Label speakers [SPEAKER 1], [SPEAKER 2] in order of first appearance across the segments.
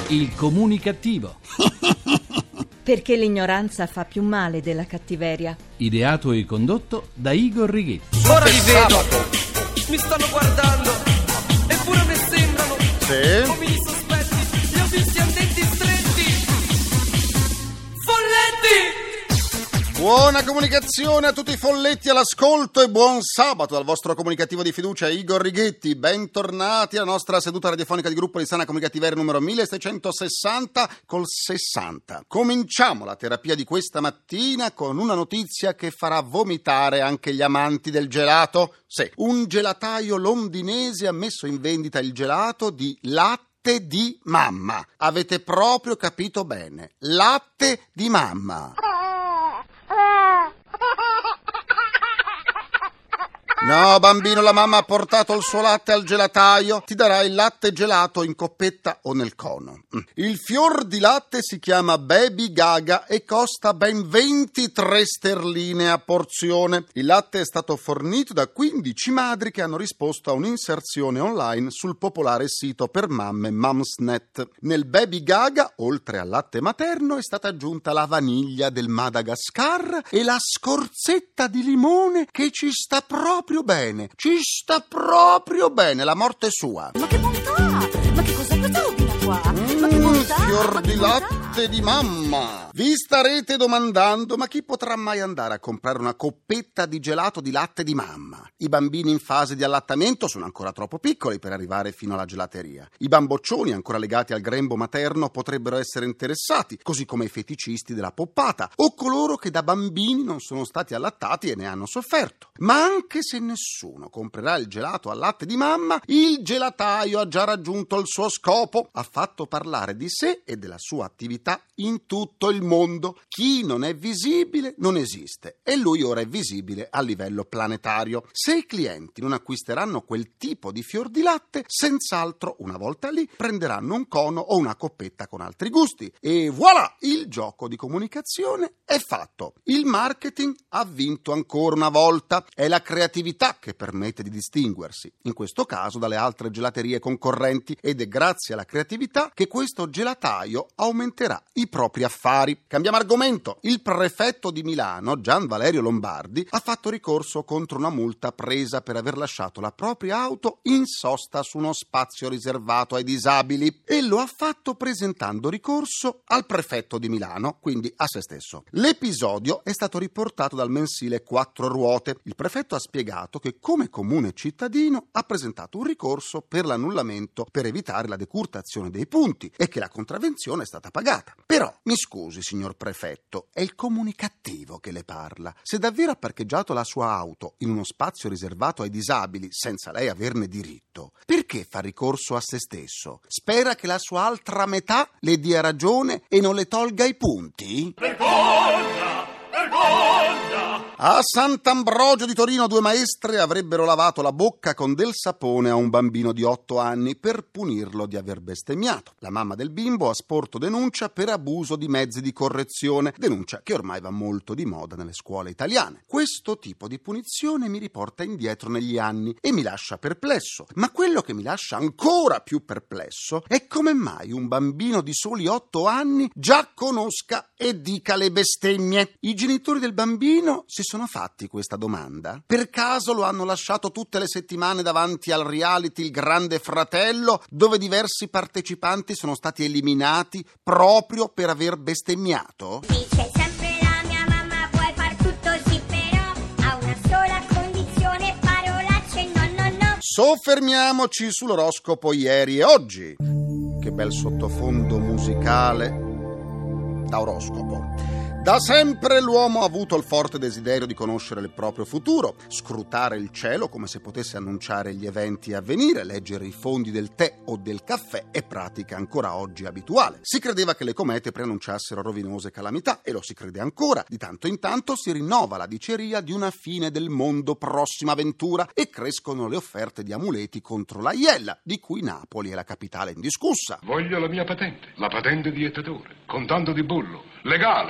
[SPEAKER 1] Il comunicativo.
[SPEAKER 2] Perché l'ignoranza fa più male della cattiveria.
[SPEAKER 1] Ideato e condotto da Igor Righetti.
[SPEAKER 3] Ora li vedo, mi stanno guardando, eppure mi sembrano uomini sospetti, li ho visti a denti stretti, folletti!
[SPEAKER 4] Buona comunicazione a tutti i folletti all'ascolto e buon sabato dal vostro comunicativo di fiducia Igor Righetti. Bentornati alla nostra seduta radiofonica di gruppo di sana comunicativeria numero 1660 col 60. Cominciamo la terapia di questa mattina con una notizia che farà vomitare anche gli amanti del gelato. Sì, un gelataio londinese ha messo in vendita il gelato di latte di mamma. Avete proprio capito bene, latte di mamma. No, bambino, la mamma ha portato il suo latte al gelataio. Ti darà il latte gelato in coppetta o nel cono. Il fior di latte si chiama Baby Gaga e costa ben 23 sterline a porzione. Il latte è stato fornito da 15 madri che hanno risposto a un'inserzione online sul popolare sito per mamme Mumsnet. Nel Baby Gaga, oltre al latte materno, è stata aggiunta la vaniglia del Madagascar e la scorzetta di limone che ci sta proprio bene, la morte è sua.
[SPEAKER 5] Ma che bontà! Ma che cos'è questa robina qua? Ma che bontà!
[SPEAKER 4] Fior di latte di mamma! Vi starete domandando, ma chi potrà mai andare a comprare una coppetta di gelato di latte di mamma? I bambini in fase di allattamento sono ancora troppo piccoli per arrivare fino alla gelateria. I bamboccioni ancora legati al grembo materno potrebbero essere interessati, così come i feticisti della poppata o coloro che da bambini non sono stati allattati e ne hanno sofferto. Ma anche se nessuno comprerà il gelato al latte di mamma, il gelataio ha già raggiunto il suo scopo. Ha fatto parlare di sé e della sua attività in tutto il mondo. Chi non è visibile non esiste e lui ora è visibile a livello planetario. Se i clienti non acquisteranno quel tipo di fior di latte, senz'altro una volta lì prenderanno un cono o una coppetta con altri gusti e voilà, il gioco di comunicazione è fatto. Il marketing ha vinto ancora una volta. È la creatività che permette di distinguersi, in questo caso dalle altre gelaterie concorrenti, ed è grazie alla creatività che questo gelataio aumenterà i propri affari. Cambiamo argomento. Il prefetto di Milano, Gian Valerio Lombardi, ha fatto ricorso contro una multa presa per aver lasciato la propria auto in sosta su uno spazio riservato ai disabili e lo ha fatto presentando ricorso al prefetto di Milano, quindi a se stesso. L'episodio è stato riportato dal mensile Quattro Ruote. Il prefetto ha spiegato che come comune cittadino ha presentato un ricorso per l'annullamento per evitare la decurtazione dei punti e che la contravvenzione è stata pagata. Però, mi scusi signor prefetto, è il comunicativo che le parla. Se davvero ha parcheggiato la sua auto in uno spazio riservato ai disabili senza lei averne diritto, perché fa ricorso a se stesso? Spera che la sua altra metà le dia ragione e non le tolga i punti?
[SPEAKER 3] Vergogna! Vergogna!
[SPEAKER 4] A Sant'Ambrogio di Torino 2 maestre avrebbero lavato la bocca con del sapone a un bambino di 8 anni per punirlo di aver bestemmiato. La mamma del bimbo ha sporto denuncia per abuso di mezzi di correzione, denuncia che ormai va molto di moda nelle scuole italiane. Questo tipo di punizione mi riporta indietro negli anni e mi lascia perplesso, ma quello che mi lascia ancora più perplesso è come mai un bambino di soli 8 anni già conosca e dica le bestemmie. I genitori del bambino si sono fatti questa domanda? Per caso lo hanno lasciato tutte le settimane davanti al reality Il Grande Fratello, dove diversi partecipanti sono stati eliminati proprio per aver bestemmiato?
[SPEAKER 6] Dice sempre la mia mamma, puoi far tutto sì però ha una sola condizione, parolacce no.
[SPEAKER 4] Soffermiamoci sull'oroscopo ieri e oggi. Che bel sottofondo musicale da oroscopo. Da sempre l'uomo ha avuto il forte desiderio di conoscere il proprio futuro, scrutare il cielo come se potesse annunciare gli eventi a venire, leggere i fondi del tè o del caffè è pratica ancora oggi abituale. Si credeva che le comete preannunciassero rovinose calamità e lo si crede ancora. Di tanto in tanto si rinnova la diceria di una fine del mondo, prossima avventura, e crescono le offerte di amuleti contro la Iella, di cui Napoli è la capitale indiscussa.
[SPEAKER 7] Voglio la mia patente, la patente di jettatore, con tanto di bollo, legale.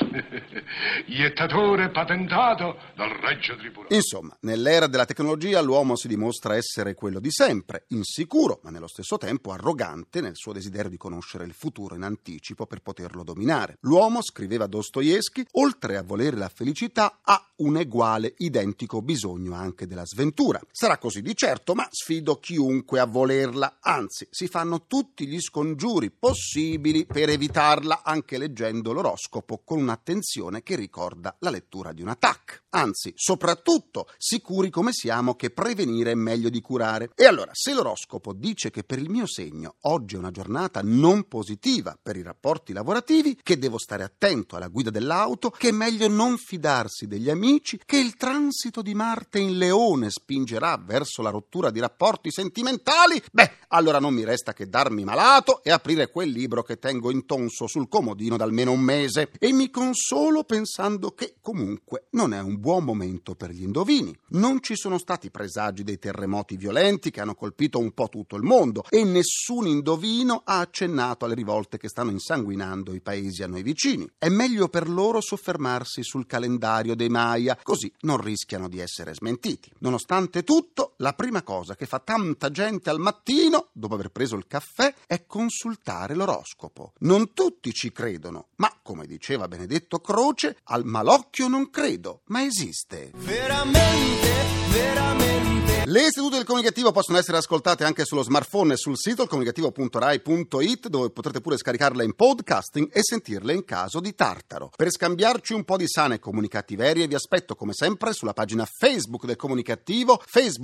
[SPEAKER 7] Iettatore patentato dal Regio Tribunale.
[SPEAKER 4] Insomma, nell'era della tecnologia l'uomo si dimostra essere quello di sempre, insicuro, ma nello stesso tempo arrogante nel suo desiderio di conoscere il futuro in anticipo per poterlo dominare. L'uomo, scriveva Dostoevskij, oltre a volere la felicità, ha un eguale, identico bisogno anche della sventura. Sarà così di certo, ma sfido chiunque a volerla, anzi, si fanno tutti gli scongiuri possibili per evitarla, anche leggendo l'oroscopo con un'attenzione che ricorda la lettura di un TAC. Anzi, soprattutto, sicuri come siamo che prevenire è meglio di curare. E allora, se l'oroscopo dice che per il mio segno oggi è una giornata non positiva per i rapporti lavorativi, che devo stare attento alla guida dell'auto, che è meglio non fidarsi degli amici, che il transito di Marte in Leone spingerà verso la rottura di rapporti sentimentali, allora non mi resta che darmi malato e aprire quel libro che tengo intonso sul comodino da almeno un mese. E mi consolo pensando che comunque non è un buon momento per gli indovini. Non ci sono stati presagi dei terremoti violenti che hanno colpito un po' tutto il mondo e nessun indovino ha accennato alle rivolte che stanno insanguinando i paesi a noi vicini. È meglio per loro soffermarsi sul calendario dei Maya, così non rischiano di essere smentiti. Nonostante tutto, la prima cosa che fa tanta gente al mattino, dopo aver preso il caffè, è consultare l'oroscopo. Non tutti ci credono, ma come diceva Benedetto Croce, al malocchio non credo, ma esiste.
[SPEAKER 3] Veramente, veramente.
[SPEAKER 4] Le sedute del Comunicativo possono essere ascoltate anche sullo smartphone e sul sito comunicativo.rai.it, dove potrete pure scaricarle in podcasting e sentirle in caso di tartaro. Per scambiarci un po' di sane comunicattiverie vi aspetto come sempre sulla pagina Facebook del Comunicativo,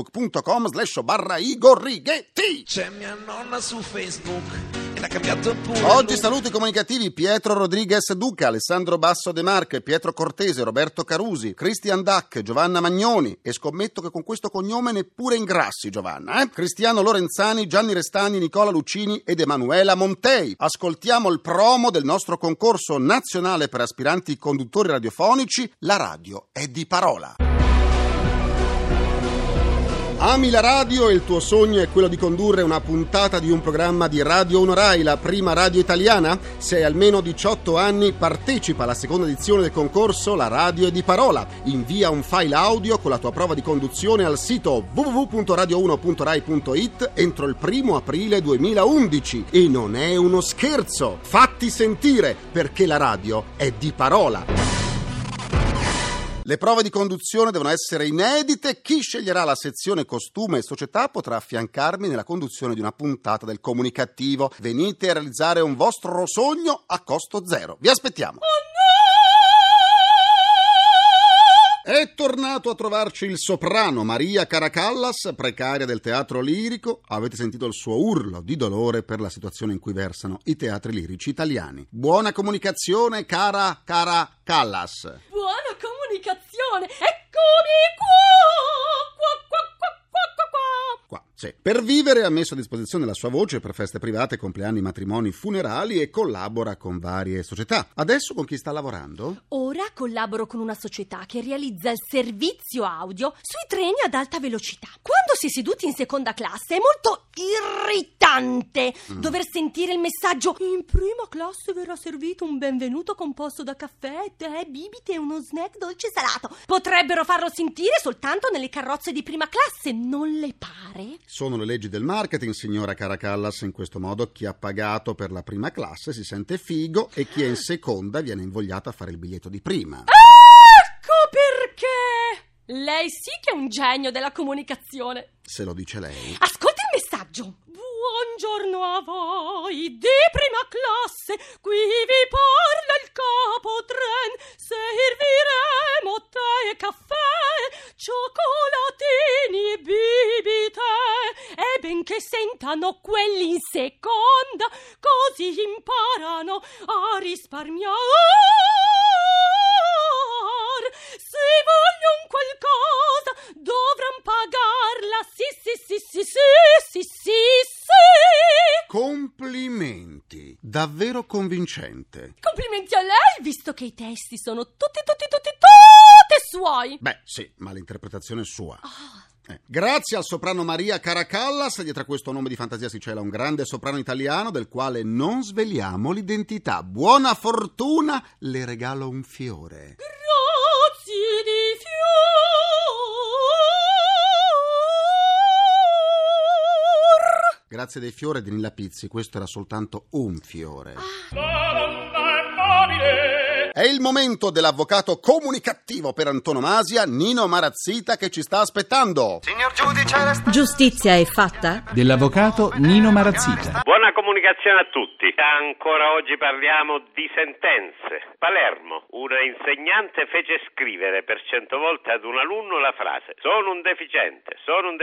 [SPEAKER 4] facebook.com/Igor Righetti.
[SPEAKER 3] C'è mia nonna su Facebook e l'ha cambiato pure.
[SPEAKER 4] Oggi saluto i comunicativi Pietro Rodriguez Duca, Alessandro Basso De Marche, Pietro Cortese, Roberto Carusi, Christian Dac, Giovanna Magnoni, e scommetto che con questo cognome neppure ingrassi, Giovanna, Cristiano Lorenzani, Gianni Restani, Nicola Lucini ed Emanuela Montei. Ascoltiamo il promo del nostro concorso nazionale per aspiranti conduttori radiofonici. La radio è di parola. Ami la radio e il tuo sogno è quello di condurre una puntata di un programma di Radio 1 Rai, la prima radio italiana? Se hai almeno 18 anni, partecipa alla seconda edizione del concorso La radio è di parola. Invia un file audio con la tua prova di conduzione al sito www.radio1.rai.it entro il 1 aprile 2011. E non è uno scherzo! Fatti sentire, perché la radio è di parola. Le prove di conduzione devono essere inedite. Chi sceglierà la sezione costume e società potrà affiancarmi nella conduzione di una puntata del Comunicativo. Venite a realizzare un vostro sogno a costo zero. Vi aspettiamo. È tornato a trovarci il soprano Maria Caracallas, precaria del teatro lirico. Avete sentito il suo urlo di dolore per la situazione in cui versano i teatri lirici italiani. Buona comunicazione, cara Caracallas.
[SPEAKER 5] Buona comunicazione, eccomi qua.
[SPEAKER 4] Sì. Per vivere ha messo a disposizione la sua voce per feste private, compleanni, matrimoni, funerali e collabora con varie società. Adesso con chi sta lavorando?
[SPEAKER 5] Ora collaboro con una società che realizza il servizio audio sui treni ad alta velocità. Quando si è seduti in seconda classe è molto irritante dover sentire il messaggio: in prima classe verrà servito un benvenuto composto da caffè, tè, bibite e uno snack dolce salato. Potrebbero farlo sentire soltanto nelle carrozze di prima classe, non le pare?
[SPEAKER 4] Sono le leggi del marketing, signora Caracallas. In questo modo chi ha pagato per la prima classe si sente figo e chi è in seconda viene invogliato a fare il biglietto di prima.
[SPEAKER 5] Ecco perché! Lei sì che è un genio della comunicazione.
[SPEAKER 4] Se lo dice lei.
[SPEAKER 5] Ascolta il messaggio. Buongiorno a voi di prima classe, qui vi parla il capotren. Serviremo tè e caffè, cioccolatini e bibite, e benché sentano quelli in seconda, così imparano a risparmiare. Se vogliono qualcosa dovranno pagarla. Sì.
[SPEAKER 4] Complimenti, davvero convincente.
[SPEAKER 5] Complimenti a lei, visto che i testi sono tutti suoi.
[SPEAKER 4] Beh, sì, ma l'interpretazione è sua. Grazie al soprano Maria Caracallas, dietro a questo nome di fantasia si cela un grande soprano italiano del quale non sveliamo l'identità. Buona fortuna, le regalo un fiore.
[SPEAKER 5] Grazie di fior.
[SPEAKER 4] Grazie dei fiori di Nilla Pizzi, questo era soltanto un fiore. È il momento dell'avvocato comunicativo per antonomasia, Nino Marazzita, che ci sta aspettando.
[SPEAKER 8] Signor giudice,
[SPEAKER 2] Giustizia è fatta?
[SPEAKER 1] Dell'avvocato Nino Marazzita.
[SPEAKER 9] Buona comunicazione a tutti. Ancora oggi parliamo di sentenze. Palermo, una insegnante fece scrivere per 100 volte ad un alunno la frase sono un deficiente,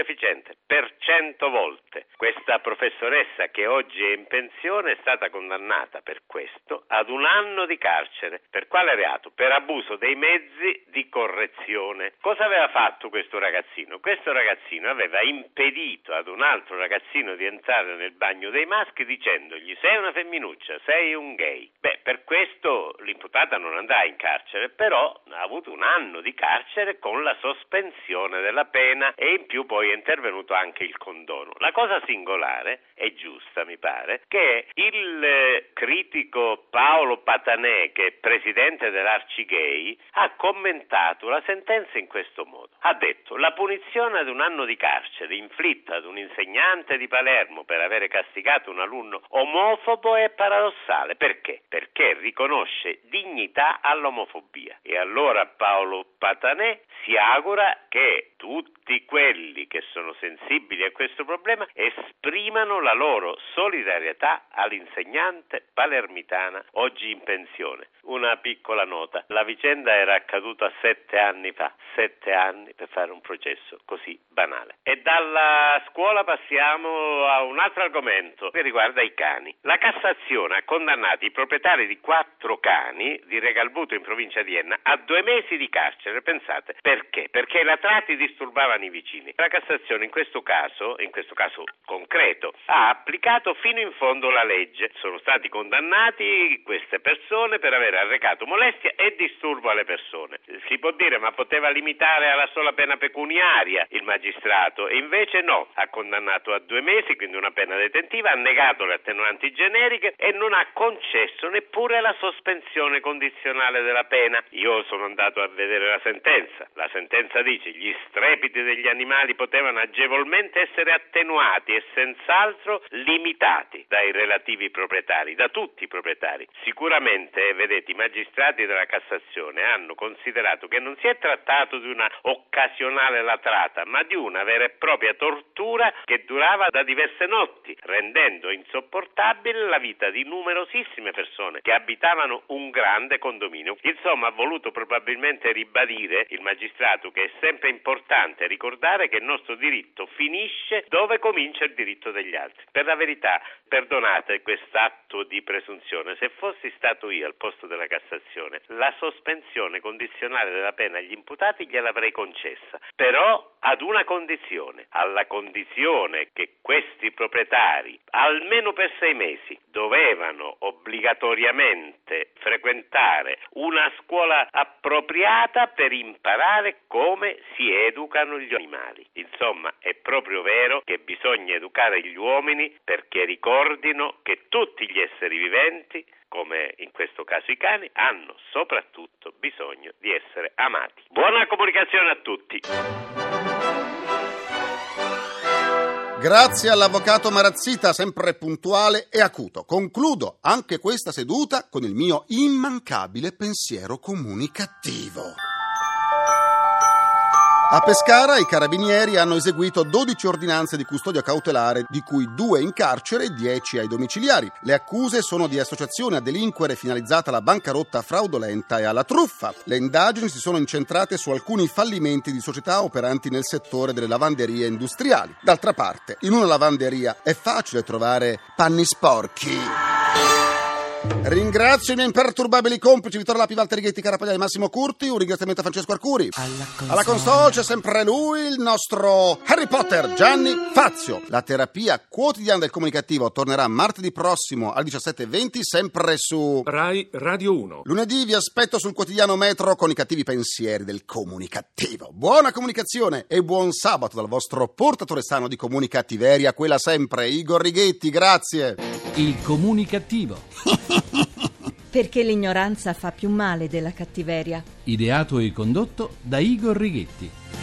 [SPEAKER 9] per 100 volte. Questa professoressa, che oggi è in pensione, è stata condannata per questo ad 1 anno di carcere. Per quale reato? Per abuso dei mezzi di correzione. Cosa aveva fatto questo ragazzino? Questo ragazzino aveva impedito ad un altro ragazzino di entrare nel bagno dei maschi dicendogli sei una femminuccia, sei un gay. Per questo l'imputata non andrà in carcere, però ha avuto 1 anno di carcere con la sospensione della pena e in più poi è intervenuto anche il condono. La cosa singolare e giusta, mi pare, che il critico Paolo Patanè, che è presidente dell'Arcigay, ha commentato la sentenza in questo modo. Ha detto la punizione ad 1 anno di carcere inflitta ad un insegnante di Palermo per avere castigato un alunno omofobo è paradossale. Perché? Perché riconosce dignità all'omofobia. E allora Paolo Patanè si augura che tutti quelli che sono sensibili a questo problema esprimano la loro solidarietà all'insegnante palermitana oggi in pensione. Una piccola nota: la vicenda era accaduta 7 anni fa, 7 anni per fare un processo così banale. E dalla scuola passiamo a un altro argomento che riguarda i cani. La Cassazione ha condannato i proprietari di 4 cani di Regalbuto in provincia di Enna a 2 mesi di carcere. Pensate, perché? Perché i latrati disturbavano i vicini. La Cassazione in questo caso concreto, ha applicato fino in fondo la legge. Sono stati condannati queste persone per aver arrecato molestia e disturbo alle persone. Si può dire, ma poteva limitare alla sola pena pecuniaria il magistrato, e invece no, ha condannato a 2 mesi, quindi una pena detentiva, ha negato le attenuanti generiche e non ha concesso neppure la sospensione condizionale della pena. Io sono andato a vedere la sentenza. La sentenza dice gli strepiti degli animali potevano agevolmente essere attenuati e senz'altro limitati dai relativi proprietari, da tutti i proprietari. Sicuramente, vedete, i magistrati della Cassazione hanno considerato che non si è trattato di una occasionale latrata, ma di una vera e propria tortura che durava da diverse notti, rendendo insopportabile la vita di numerosissime persone che abitavano un grande condominio. Insomma, ha voluto probabilmente ribadire il magistrato che è sempre importante ricordare che il nostro diritto finisce dove comincia il diritto degli altri. Per la verità, perdonate quest'atto di presunzione, se fossi stato io al posto della Cassazione, la sospensione condizionale della pena agli imputati gliel'avrei concessa, però ad una condizione, alla condizione che questi proprietari, almeno per 6 mesi, dovevano obbligatoriamente frequentare una scuola appropriata per imparare come si educano gli animali. Insomma, è proprio vero che bisogna educare gli uomini perché ricordino che tutti gli esseri viventi, come in questo caso i cani, hanno soprattutto bisogno di essere amati. Buona comunicazione a tutti.
[SPEAKER 4] Grazie all'avvocato Marazzita, sempre puntuale e acuto. Concludo anche questa seduta con il mio immancabile pensiero comunicativo. A Pescara i carabinieri hanno eseguito 12 ordinanze di custodia cautelare, di cui 2 in carcere e 10 ai domiciliari. Le accuse sono di associazione a delinquere finalizzata alla bancarotta fraudolenta e alla truffa. Le indagini si sono incentrate su alcuni fallimenti di società operanti nel settore delle lavanderie industriali. D'altra parte, in una lavanderia è facile trovare panni sporchi. Ringrazio i miei imperturbabili complici Vittorio Lapi, Walter Righetti, Carapagliai e Massimo Curti. Un ringraziamento a Francesco Arcuri. Alla console c'è sempre lui, il nostro Harry Potter, Gianni Fazio. La terapia quotidiana del comunicativo tornerà martedì prossimo alle 17:20, sempre su
[SPEAKER 8] Rai Radio 1.
[SPEAKER 4] Lunedì vi aspetto sul quotidiano Metro con i cattivi pensieri del comunicativo. Buona comunicazione e buon sabato dal vostro portatore sano di comunicattiveria, quella sempre, Igor Righetti. Grazie.
[SPEAKER 1] Il comunicativo.
[SPEAKER 2] Perché l'ignoranza fa più male della cattiveria.
[SPEAKER 1] Ideato e condotto da Igor Righetti.